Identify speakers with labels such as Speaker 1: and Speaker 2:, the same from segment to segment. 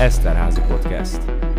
Speaker 1: Eszterházy Podcast.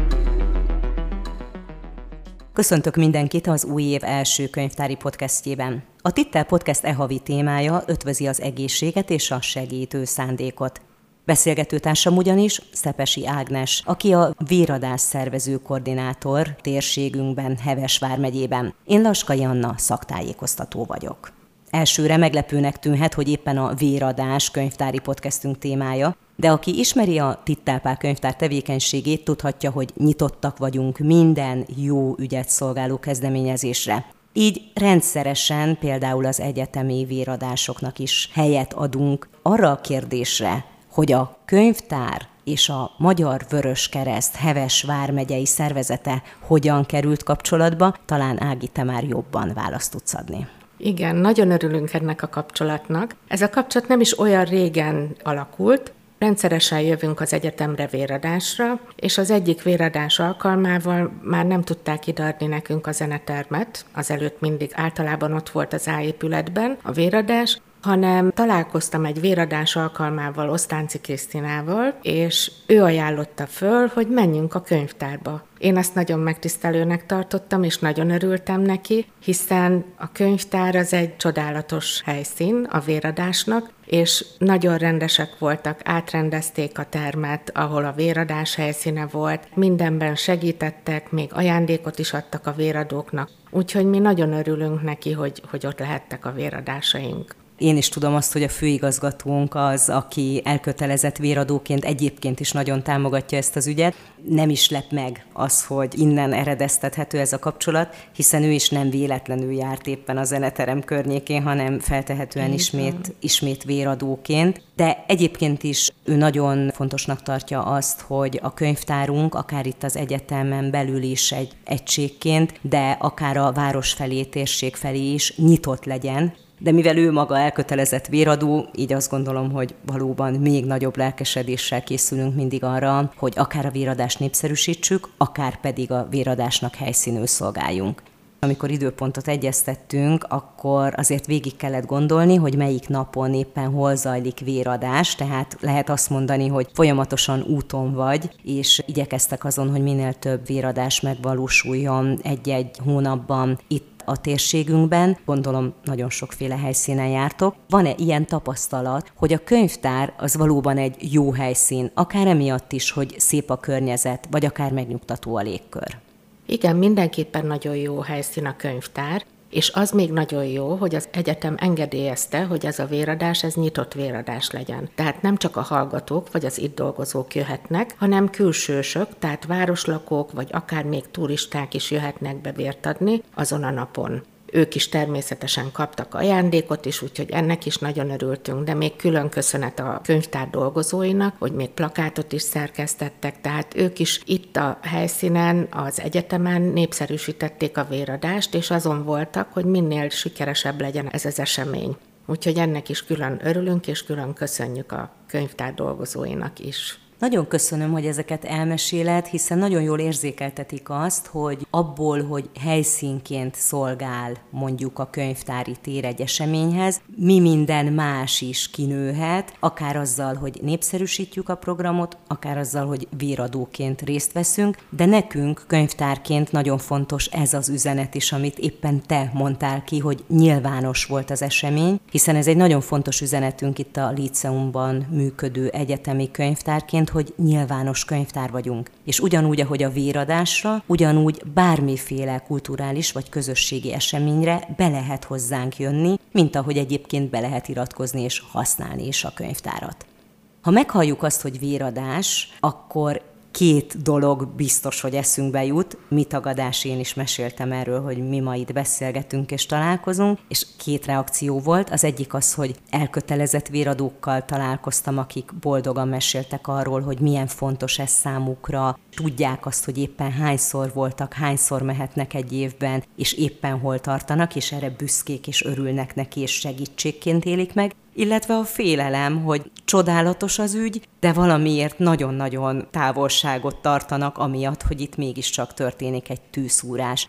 Speaker 2: Köszöntök mindenkit az új év első könyvtári podcastjében. A Tittel Podcast havi témája ötvözi az egészséget és a segítő szándékot. Beszélgetőtársam ugyanis Szepesi Ágnes, aki a véradás szervező koordinátor térségünkben, Heves vármegyében. Én Laskai Anna, szaktájékoztató vagyok. Elsőre meglepőnek tűnhet, hogy éppen a véradás könyvtári podcastünk témája, de aki ismeri a Tittel könyvtár tevékenységét, tudhatja, hogy nyitottak vagyunk minden jó ügyet szolgáló kezdeményezésre. Így rendszeresen például az egyetemi véradásoknak is helyet adunk arra a kérdésre, hogy a könyvtár és a Magyar Vöröskereszt Heves vármegyei szervezete hogyan került kapcsolatba, talán Ági, te már jobban választ tudsz adni.
Speaker 3: Igen, nagyon örülünk ennek a kapcsolatnak. Ez a kapcsolat nem is olyan régen alakult. Rendszeresen jövünk az egyetemre véradásra, és az egyik véradás alkalmával már nem tudták ideadni nekünk a zenetermet, azelőtt mindig általában ott volt az A épületben a véradás, hanem találkoztam egy véradás alkalmával Osztánci Krisztinával, és ő ajánlotta föl, hogy menjünk a könyvtárba. Én ezt nagyon megtisztelőnek tartottam, és nagyon örültem neki, hiszen a könyvtár az egy csodálatos helyszín a véradásnak, és nagyon rendesek voltak, átrendezték a termet, ahol a véradás helyszíne volt, mindenben segítettek, még ajándékot is adtak a véradóknak. Úgyhogy mi nagyon örülünk neki, hogy ott lehettek a véradásaink.
Speaker 2: Én is tudom azt, hogy a főigazgatónk az, aki elkötelezett véradóként egyébként is nagyon támogatja ezt az ügyet. Nem is lep meg az, hogy innen eredeztethető ez a kapcsolat, hiszen ő is nem véletlenül járt éppen a zeneterem környékén, hanem feltehetően ismét véradóként. De egyébként is ő nagyon fontosnak tartja azt, hogy a könyvtárunk akár itt az egyetemen belül is egy egységként, de akár a város felé, térség felé is nyitott legyen. De mivel ő maga elkötelezett véradó, így azt gondolom, hogy valóban még nagyobb lelkesedéssel készülünk mindig arra, hogy akár a véradást népszerűsítsük, akár pedig a véradásnak helyszínül szolgáljunk. Amikor időpontot egyeztettünk, akkor azért végig kellett gondolni, hogy melyik napon éppen hol zajlik véradás, tehát lehet azt mondani, hogy folyamatosan úton vagy, és igyekeztek azon, hogy minél több véradás megvalósuljon egy-egy hónapban itt a térségünkben. Gondolom, nagyon sokféle helyszínen jártok. Van-e ilyen tapasztalat, hogy a könyvtár az valóban egy jó helyszín, akár emiatt is, hogy szép a környezet, vagy akár megnyugtató a légkör?
Speaker 3: Igen, mindenképpen nagyon jó helyszín a könyvtár, és az még nagyon jó, hogy az egyetem engedélyezte, hogy ez a véradás, ez nyitott véradás legyen. Tehát nem csak a hallgatók vagy az itt dolgozók jöhetnek, hanem külsősök, tehát városlakók, vagy akár még turisták is jöhetnek be vért adni azon a napon. Ők is természetesen kaptak ajándékot is, úgyhogy ennek is nagyon örültünk, de még külön köszönet a könyvtár dolgozóinak, hogy még plakátot is szerkesztettek, tehát ők is itt a helyszínen, az egyetemen népszerűsítették a véradást, és azon voltak, hogy minél sikeresebb legyen ez az esemény. Úgyhogy ennek is külön örülünk, és külön köszönjük a könyvtár dolgozóinak is.
Speaker 2: Nagyon köszönöm, hogy ezeket elmeséled, hiszen nagyon jól érzékeltetik azt, hogy abból, hogy helyszínként szolgál mondjuk a könyvtári tér egy eseményhez, mi minden más is kinőhet, akár azzal, hogy népszerűsítjük a programot, akár azzal, hogy véradóként részt veszünk, de nekünk könyvtárként nagyon fontos ez az üzenet is, amit éppen te mondtál ki, hogy nyilvános volt az esemény, hiszen ez egy nagyon fontos üzenetünk itt a Líceumban működő egyetemi könyvtárként, hogy nyilvános könyvtár vagyunk. És ugyanúgy, ahogy a véradásra, ugyanúgy bármiféle kulturális vagy közösségi eseményre be lehet hozzánk jönni, mint ahogy egyébként be lehet iratkozni és használni is a könyvtárat. Ha meghalljuk azt, hogy véradás, akkor két dolog biztos, hogy eszünkbe jut. Mi tagadás, én is meséltem erről, hogy mi ma itt beszélgetünk és találkozunk, és két reakció volt. Az egyik az, hogy elkötelezett véradókkal találkoztam, akik boldogan meséltek arról, hogy milyen fontos ez számukra. Tudják azt, hogy éppen hányszor voltak, hányszor mehetnek egy évben, és éppen hol tartanak, és erre büszkék és örülnek neki, és segítségként élik meg. Illetve a félelem, hogy csodálatos az ügy, de valamiért nagyon-nagyon távolságot tartanak, amiatt, hogy itt mégiscsak történik egy tűszúrás.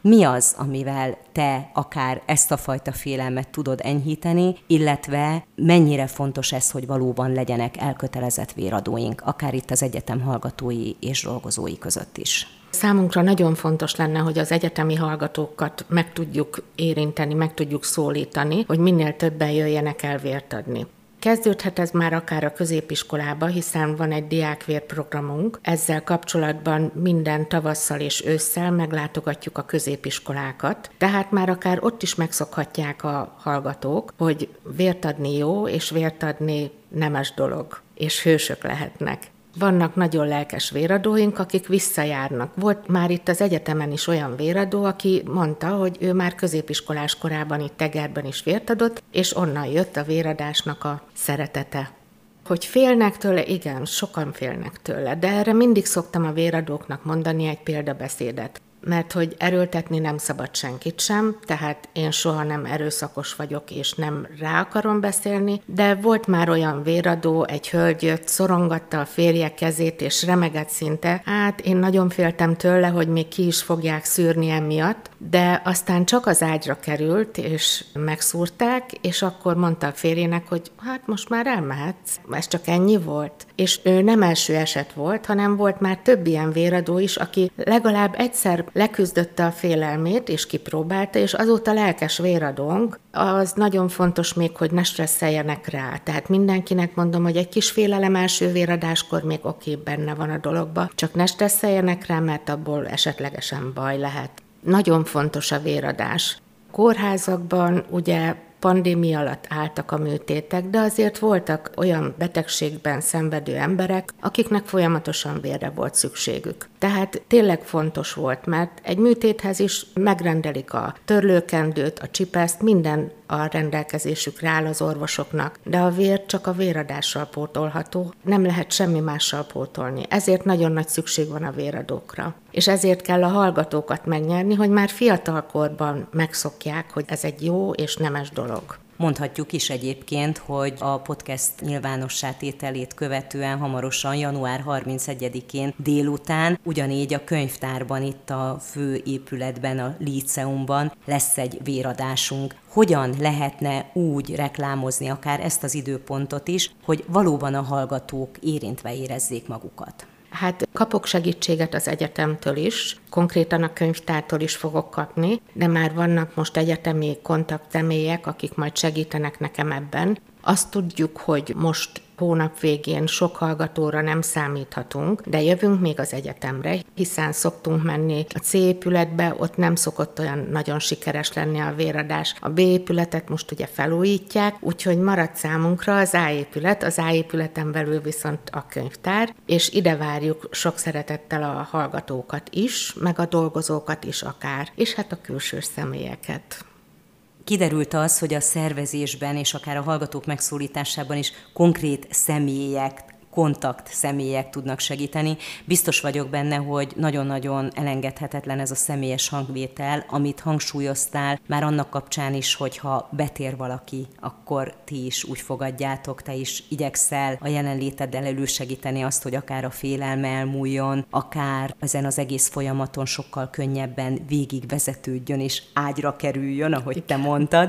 Speaker 2: Mi az, amivel te akár ezt a fajta félelmet tudod enyhíteni, illetve mennyire fontos ez, hogy valóban legyenek elkötelezett véradóink, akár itt az egyetem hallgatói és dolgozói között is?
Speaker 3: Számunkra nagyon fontos lenne, hogy az egyetemi hallgatókat meg tudjuk érinteni, meg tudjuk szólítani, hogy minél többen jöjjenek el vért adni. Kezdődhet ez már akár a középiskolába, hiszen van egy diákvérprogramunk. Ezzel kapcsolatban minden tavasszal és ősszel meglátogatjuk a középiskolákat. Tehát már akár ott is megszokhatják a hallgatók, hogy vért adni jó, és vért adni nemes dolog, és hősök lehetnek. Vannak nagyon lelkes véradóink, akik visszajárnak. Volt már itt az egyetemen is olyan véradó, aki mondta, hogy ő már középiskolás korában itt Egerben is vért adott, és onnan jött a véradásnak a szeretete. Hogy félnek tőle, igen, sokan félnek tőle, de erre mindig szoktam a véradóknak mondani egy példabeszédet. Mert hogy erőltetni nem szabad senkit sem, tehát én soha nem erőszakos vagyok, és nem rá akarom beszélni, de volt már olyan véradó, egy hölgy jött, szorongatta a férje kezét, és remegett szinte. Hát én nagyon féltem tőle, hogy még ki is fogják szűrni emiatt, de aztán csak az ágyra került, és megszúrták, és akkor mondta a férjének, hogy hát most már elmehetsz, ez csak ennyi volt. És ő nem első eset volt, hanem volt már több ilyen véradó is, aki legalább egyszer leküzdötte a félelmét, és kipróbálta, és azóta lelkes véradónk. Az nagyon fontos még, hogy ne stresszeljenek rá. Tehát mindenkinek mondom, hogy egy kis félelem első véradáskor még oké, benne van a dologba, csak ne stresszeljenek rá, mert abból esetlegesen baj lehet. Nagyon fontos a véradás. Kórházakban ugye pandémia alatt álltak a műtétek, de azért voltak olyan betegségben szenvedő emberek, akiknek folyamatosan vérre volt szükségük. Tehát tényleg fontos volt, mert egy műtéthez is megrendelik a törlőkendőt, a csipeszt, minden a rendelkezésükre áll az orvosoknak, de a vér csak a véradással pótolható, nem lehet semmi mással pótolni. Ezért nagyon nagy szükség van a véradókra. És ezért kell a hallgatókat megnyerni, hogy már fiatalkorban megszokják, hogy ez egy jó és nemes dolog.
Speaker 2: Mondhatjuk is egyébként, hogy a podcast nyilvánossá tételét követően hamarosan január 31-én délután ugyanígy a könyvtárban, itt a főépületben, a líceumban lesz egy véradásunk. Hogyan lehetne úgy reklámozni akár ezt az időpontot is, hogy valóban a hallgatók érintve érezzék magukat?
Speaker 3: Hát kapok segítséget az egyetemtől is, konkrétan a könyvtártól is fogok kapni, de már vannak most egyetemi kontaktszemélyek, akik majd segítenek nekem ebben. Azt tudjuk, hogy most hónap végén sok hallgatóra nem számíthatunk, de jövünk még az egyetemre, hiszen szoktunk menni a C épületbe, ott nem szokott olyan nagyon sikeres lenni a véradás. A B épületet most ugye felújítják, úgyhogy marad számunkra az A épület, az A épületen belül viszont a könyvtár, és ide várjuk sok szeretettel a hallgatókat is, meg a dolgozókat is akár, és hát a külső személyeket.
Speaker 2: Kiderült az, hogy a szervezésben és akár a hallgatók megszólításában is konkrét személyek, kontakt személyek tudnak segíteni. Biztos vagyok benne, hogy nagyon-nagyon elengedhetetlen ez a személyes hangvétel, amit hangsúlyoztál, már annak kapcsán is, hogyha betér valaki, akkor ti is úgy fogadjátok, te is igyekszel a jelenléteddel elősegíteni azt, hogy akár a félelme elmúljon, akár ezen az egész folyamaton sokkal könnyebben végigvezetődjön és ágyra kerüljön, ahogy te mondtad.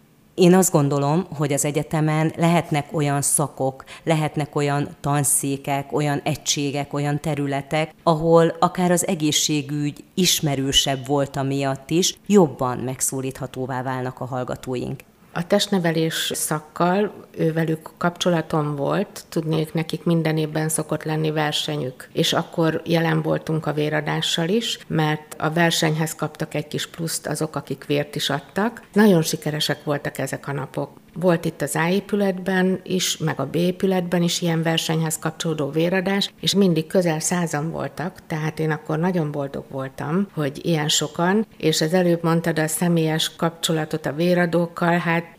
Speaker 2: Én azt gondolom, hogy az egyetemen lehetnek olyan szakok, lehetnek olyan tanszékek, olyan egységek, olyan területek, ahol akár az egészségügy ismerősebb volt amiatt is, jobban megszólíthatóvá válnak a hallgatóink.
Speaker 3: A testnevelés szakkal ővelük kapcsolatom volt, tudnék, nekik minden évben szokott lenni versenyük, és akkor jelen voltunk a véradással is, mert a versenyhez kaptak egy kis pluszt azok, akik vért is adtak. Nagyon sikeresek voltak ezek a napok. Volt itt az A épületben is, meg a B épületben is ilyen versenyhez kapcsolódó véradás, és mindig közel 100-an voltak, tehát én akkor nagyon boldog voltam, hogy ilyen sokan, és az előbb mondtad a személyes kapcsolatot a véradókkal, hát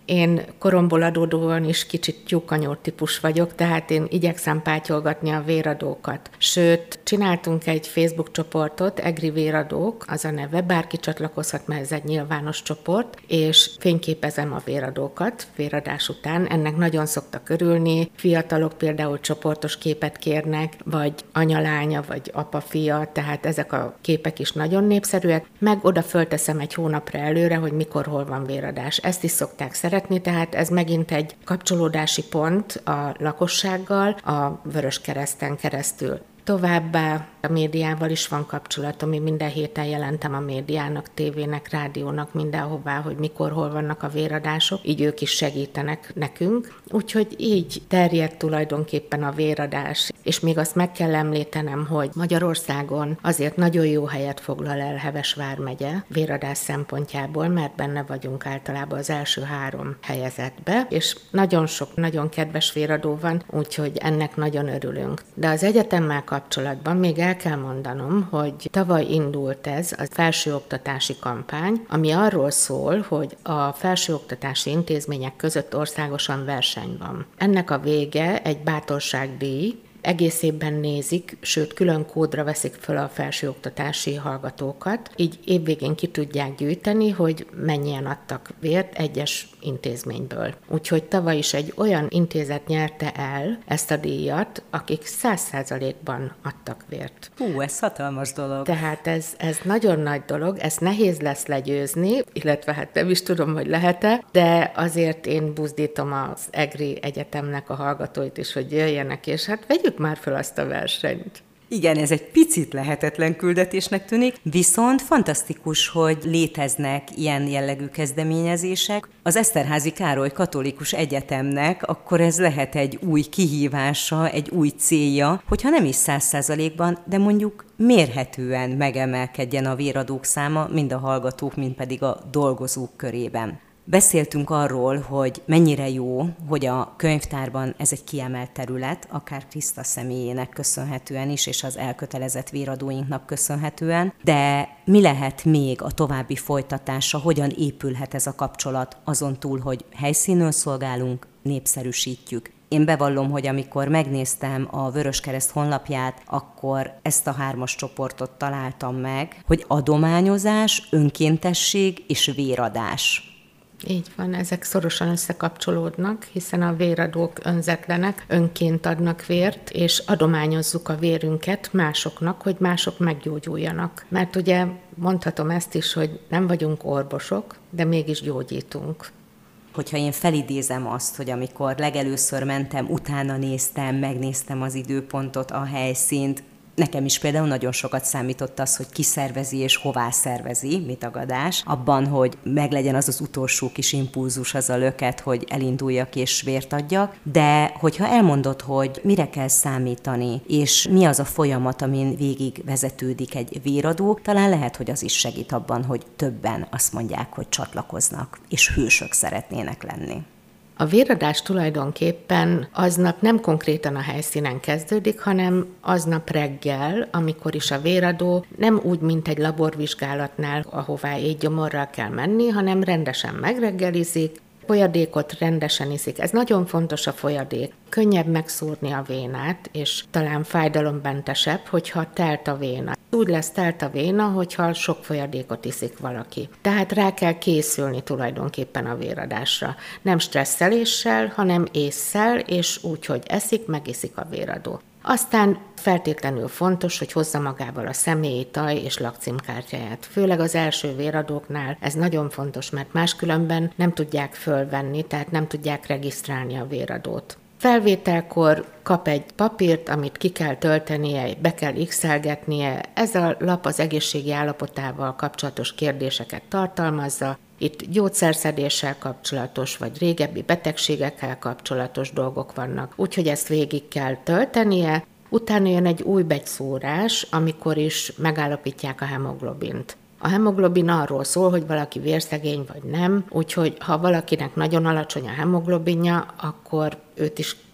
Speaker 3: Én koromból adódóan is kicsit tyúkanyór típus vagyok, tehát én igyekszem pátyolgatni a véradókat. Sőt, csináltunk egy Facebook csoportot, EGRI véradók, az a neve, bárki csatlakozhat, mert ez egy nyilvános csoport, és fényképezem a véradókat véradás után. Ennek nagyon szoktak örülni. Fiatalok például csoportos képet kérnek, vagy anya-lánya, vagy apa-fia, tehát ezek a képek is nagyon népszerűek, meg oda fölteszem egy hónapra előre, hogy mikor, hol van véradás. Ezt is szokták szeretni, tehát ez megint egy kapcsolódási pont a lakossággal, a Vöröskereszten keresztül. Továbbá a médiával is van kapcsolatom, én minden héten jelentem a médiának, tévének, rádiónak, mindenhová, hogy mikor, hol vannak a véradások, így ők is segítenek nekünk. Úgyhogy így terjed tulajdonképpen a véradás, és még azt meg kell említenem, hogy Magyarországon azért nagyon jó helyet foglal el Heves vármegye véradás szempontjából, mert benne vagyunk általában az első 3 helyezettbe, és nagyon sok, nagyon kedves véradó van, úgyhogy ennek nagyon örülünk. De az egyetemmel kapcsolatban még el kell mondanom, hogy tavaly indult ez a felsőoktatási kampány, ami arról szól, hogy a felsőoktatási intézmények között országosan verseny van. Ennek a vége egy bátorságdíj, egész évben nézik, sőt külön kódra veszik föl a felsőoktatási hallgatókat, így évvégén ki tudják gyűjteni, hogy mennyien adtak vért egyes intézményből. Úgyhogy tavaly is egy olyan intézet nyerte el ezt a díjat, akik 100%-ban adtak vért.
Speaker 2: Ez hatalmas dolog.
Speaker 3: Tehát ez nagyon nagy dolog, ezt nehéz lesz legyőzni, illetve hát nem is tudom, hogy lehet-e, de azért én buzdítom az EGRI Egyetemnek a hallgatóit is, hogy jöjjenek, és hát vegyük már fel azt a versenyt.
Speaker 2: Igen, ez egy picit lehetetlen küldetésnek tűnik, viszont fantasztikus, hogy léteznek ilyen jellegű kezdeményezések. Az Eszterházy Károly Katolikus Egyetemnek akkor ez lehet egy új kihívása, egy új célja, hogyha nem is 100%-ban, de mondjuk mérhetően megemelkedjen a véradók száma, mind a hallgatók, mind pedig a dolgozók körében. Beszéltünk arról, hogy mennyire jó, hogy a könyvtárban ez egy kiemelt terület, akár Kriszta személyének köszönhetően is, és az elkötelezett véradóinknak köszönhetően, de mi lehet még a további folytatása, hogyan épülhet ez a kapcsolat azon túl, hogy helyszínön szolgálunk, népszerűsítjük. Én bevallom, hogy amikor megnéztem a Vöröskereszt honlapját, akkor ezt a 3-as csoportot találtam meg, hogy adományozás, önkéntesség és véradás.
Speaker 3: Így van, ezek szorosan összekapcsolódnak, hiszen a véradók önzetlenek, önként adnak vért, és adományozzuk a vérünket másoknak, hogy mások meggyógyuljanak. Mert ugye mondhatom ezt is, hogy nem vagyunk orvosok, de mégis gyógyítunk.
Speaker 2: Hogyha én felidézem azt, hogy amikor legelőször mentem, utána néztem, megnéztem az időpontot, a helyszínt, nekem is például nagyon sokat számított az, hogy ki szervezi és hová szervezi, mi tagadás, abban, hogy meglegyen az az utolsó kis impulzus, az a löket, hogy elinduljak és vért adjak, de hogyha elmondod, hogy mire kell számítani, és mi az a folyamat, amin végig vezetődik egy véradó, talán lehet, hogy az is segít abban, hogy többen azt mondják, hogy csatlakoznak, és hősök szeretnének lenni.
Speaker 3: A véradás tulajdonképpen aznap nem konkrétan a helyszínen kezdődik, hanem aznap reggel, amikor is a véradó nem úgy, mint egy laborvizsgálatnál, ahová étgyomorral kell menni, hanem rendesen megreggelizik, folyadékot rendesen iszik. Ez nagyon fontos a folyadék. Könnyebb megszúrni a vénát, és talán fájdalommentesebb, hogyha telt a véna. Úgy lesz telt a véna, hogyha sok folyadékot iszik valaki. Tehát rá kell készülni tulajdonképpen a véradásra. Nem stresszeléssel, hanem ésszel, és úgy, hogy eszik, megiszik a véradó. Aztán feltétlenül fontos, hogy hozza magával a személyi taj és lakcímkártyáját. Főleg az első véradóknál ez nagyon fontos, mert máskülönben nem tudják fölvenni, tehát nem tudják regisztrálni a véradót. Felvételkor kap egy papírt, amit ki kell töltenie, be kell x-elgetnie. Ez a lap az egészségi állapotával kapcsolatos kérdéseket tartalmazza. Itt gyógyszerszedéssel kapcsolatos, vagy régebbi betegségekkel kapcsolatos dolgok vannak. Úgyhogy ezt végig kell töltenie. Utána jön egy új begyszórás, amikor is megállapítják a hemoglobint. A hemoglobin arról szól, hogy valaki vérszegény vagy nem, úgyhogy ha valakinek nagyon alacsony a hemoglobinja, akkor őt is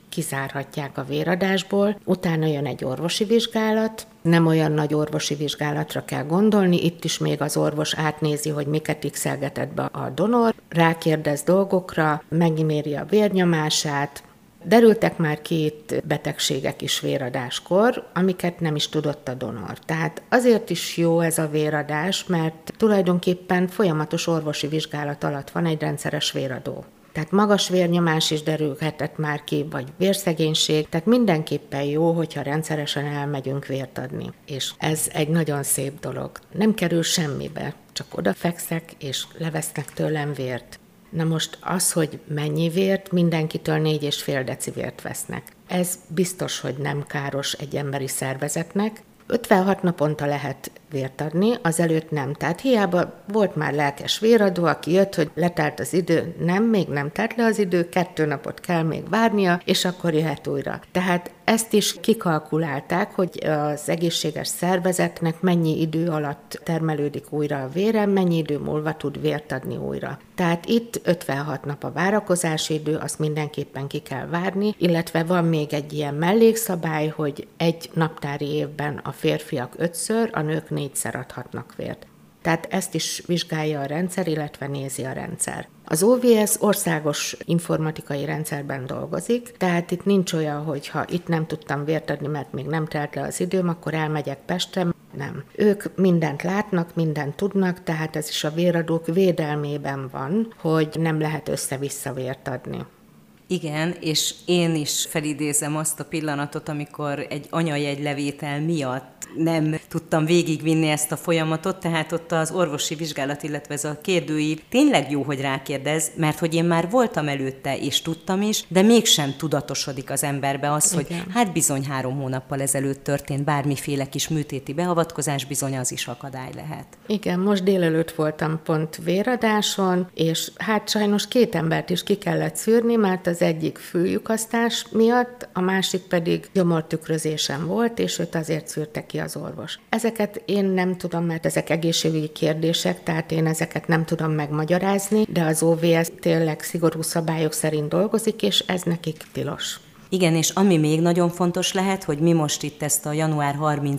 Speaker 3: kizárhatják a véradásból. Utána jön egy orvosi vizsgálat, nem olyan nagy orvosi vizsgálatra kell gondolni, itt is még az orvos átnézi, hogy miket x-elgetett be a donor, rákérdez dolgokra, megméri a vérnyomását. Derültek már 2 betegségek is véradáskor, amiket nem is tudott a donor. Tehát azért is jó ez a véradás, mert tulajdonképpen folyamatos orvosi vizsgálat alatt van egy rendszeres véradó. Tehát magas vérnyomás is derülhetett már ki, vagy vérszegénység, tehát mindenképpen jó, hogyha rendszeresen elmegyünk vért adni. És ez egy nagyon szép dolog. Nem kerül semmibe, csak odafekszek, és levesznek tőlem vért. Na most az, hogy mennyi vért, mindenkitől 4,5 deci vért vesznek. Ez biztos, hogy nem káros egy emberi szervezetnek. 56 naponta lehet vért adni, azelőtt nem. Tehát hiába volt már lelkes véradó, aki jött, hogy letelt az idő, nem, még nem telt le az idő, 2 napot kell még várnia, és akkor jöhet újra. Tehát ezt is kikalkulálták, hogy az egészséges szervezetnek mennyi idő alatt termelődik újra a vére, mennyi idő múlva tud vért adni újra. Tehát itt 56 nap a várakozási idő, azt mindenképpen ki kell várni, illetve van még egy ilyen mellékszabály, hogy egy naptári évben a férfiak 5-ször, a nők 4-szer adhatnak vért. Tehát ezt is vizsgálja a rendszer, illetve nézi a rendszer. Az OVS országos informatikai rendszerben dolgozik, tehát itt nincs olyan, hogy ha itt nem tudtam vért adni, mert még nem telt le az időm, akkor elmegyek Pestre. Nem. Ők mindent látnak, mindent tudnak, tehát ez is a véradók védelmében van, hogy nem lehet össze-vissza vért adni.
Speaker 2: Igen, és én is felidézem azt a pillanatot, amikor egy anyajegylevétel miatt nem tudtam végigvinni ezt a folyamatot, tehát ott az orvosi vizsgálat, illetve ez a kérdőív tényleg jó, hogy rákérdez, mert hogy én már voltam előtte, és tudtam is, de mégsem tudatosodik az emberbe az, hogy hát bizony 3 hónappal ezelőtt történt bármiféle kis műtéti beavatkozás, bizony az is akadály lehet.
Speaker 3: Igen, most délelőtt voltam pont véradáson, és hát sajnos 2 embert is ki kellett szűrni, mert az egyik füllyukasztás miatt, a másik pedig gyomortükrözésen volt, és őt azért szűrte ki az orvos. Ezeket én nem tudom, mert ezek egészségügyi kérdések, tehát én ezeket nem tudom megmagyarázni, de az OVS tényleg szigorú szabályok szerint dolgozik, és ez nekik tilos.
Speaker 2: Igen, és ami még nagyon fontos lehet, hogy mi most itt ezt a január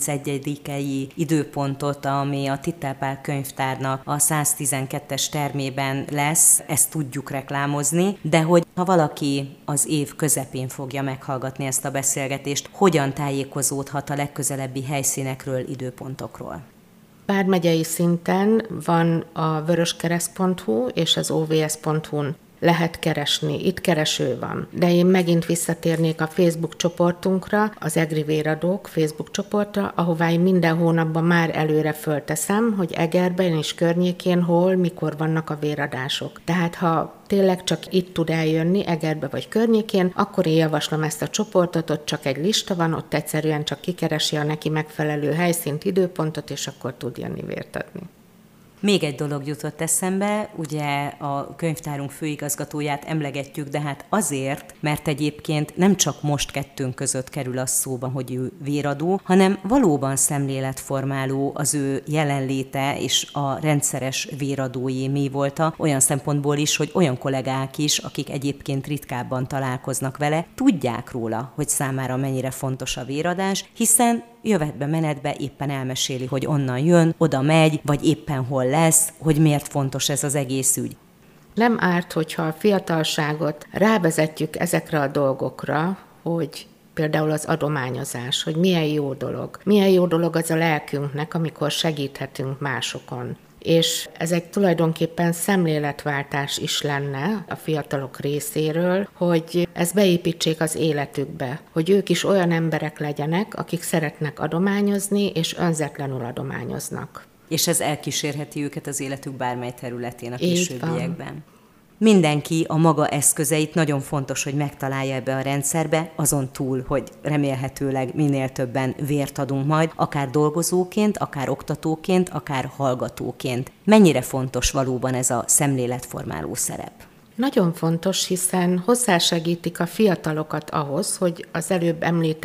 Speaker 2: 31-i időpontot, ami a Tittelpál könyvtárnak a 112-es termében lesz, ezt tudjuk reklámozni, de hogy ha valaki az év közepén fogja meghallgatni ezt a beszélgetést, hogyan tájékozódhat a legközelebbi helyszínekről, időpontokról?
Speaker 3: Vármegyei szinten van a vöröskereszt.hu és az ovs.hu-n lehet keresni, itt kereső van. De én megint visszatérnék a Facebook csoportunkra, az EGRI Véradók Facebook csoportra, ahová én minden hónapban már előre fölteszem, hogy Egerben és környékén hol, mikor vannak a véradások. Tehát ha tényleg csak itt tud eljönni, Egerbe vagy környékén, akkor én javaslom ezt a csoportot, ott csak egy lista van, ott egyszerűen csak kikeresi a neki megfelelő helyszínt, időpontot, és akkor tud jönni vért adni.
Speaker 2: Még egy dolog jutott eszembe, ugye a könyvtárunk főigazgatóját emlegetjük, de hát azért, mert egyébként nem csak most kettőnk között kerül az szóba, hogy ő véradó, hanem valóban szemléletformáló az ő jelenléte és a rendszeres véradói mi volta, olyan szempontból is, hogy olyan kollégák is, akik egyébként ritkábban találkoznak vele, tudják róla, hogy számára mennyire fontos a véradás, hiszen jövetbe menetbe éppen elmeséli, hogy onnan jön, oda megy, vagy éppen hol lesz, hogy miért fontos ez az egész ügy.
Speaker 3: Nem árt, hogyha a fiatalságot rávezetjük ezekre a dolgokra, hogy például az adományozás, hogy milyen jó dolog. Milyen jó dolog az a lelkünknek, amikor segíthetünk másokon. És ez egy tulajdonképpen szemléletváltás is lenne a fiatalok részéről, hogy ezt beépítsék az életükbe, hogy ők is olyan emberek legyenek, akik szeretnek adományozni, és önzetlenül adományoznak.
Speaker 2: És ez elkísérheti őket az életük bármely területén a későbbiekben. Mindenki a maga eszközeit nagyon fontos, hogy megtalálja ebbe a rendszerbe, azon túl, hogy remélhetőleg minél többen vért adunk majd, akár dolgozóként, akár oktatóként, akár hallgatóként. Mennyire fontos valóban ez a szemléletformáló szerep?
Speaker 3: Nagyon fontos, hiszen hozzásegítik a fiatalokat ahhoz, hogy az előbb említett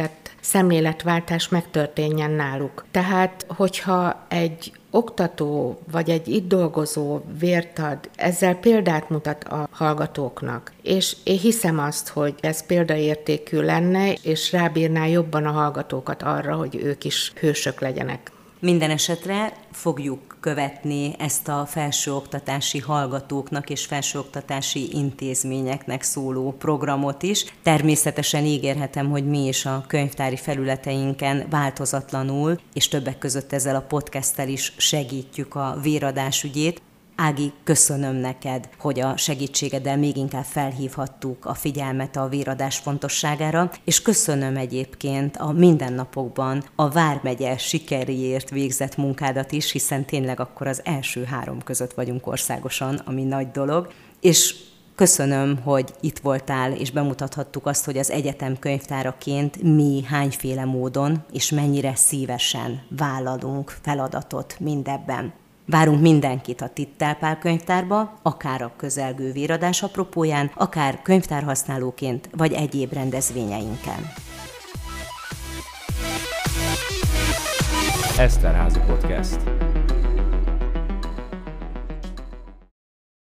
Speaker 3: szemléletváltás megtörténjen náluk. Tehát, hogyha egy oktató vagy egy itt dolgozó vért ad, ezzel példát mutat a hallgatóknak. És én hiszem azt, hogy ez példaértékű lenne, és rábírná jobban a hallgatókat arra, hogy ők is hősök legyenek.
Speaker 2: Minden esetre fogjuk követni ezt a felsőoktatási hallgatóknak és felsőoktatási intézményeknek szóló programot is. Természetesen ígérhetem, hogy mi is a könyvtári felületeinken változatlanul, és többek között ezzel a podcasttel is segítjük a véradás ügyét. Ági, köszönöm neked, hogy a segítségeddel még inkább felhívhattuk a figyelmet a véradás fontosságára, és köszönöm egyébként a mindennapokban a Vármegye sikeréért végzett munkádat is, hiszen tényleg akkor az első 3 között vagyunk országosan, ami nagy dolog, és köszönöm, hogy itt voltál, és bemutathattuk azt, hogy az egyetem könyvtáraként mi hányféle módon és mennyire szívesen vállalunk feladatot mindebben. Várunk mindenkit a Tittel Pál könyvtárba, akár a közelgő véradás apropóján, akár könyvtárhasználóként, vagy egyéb rendezvényeinken.
Speaker 1: Eszterházy Podcast.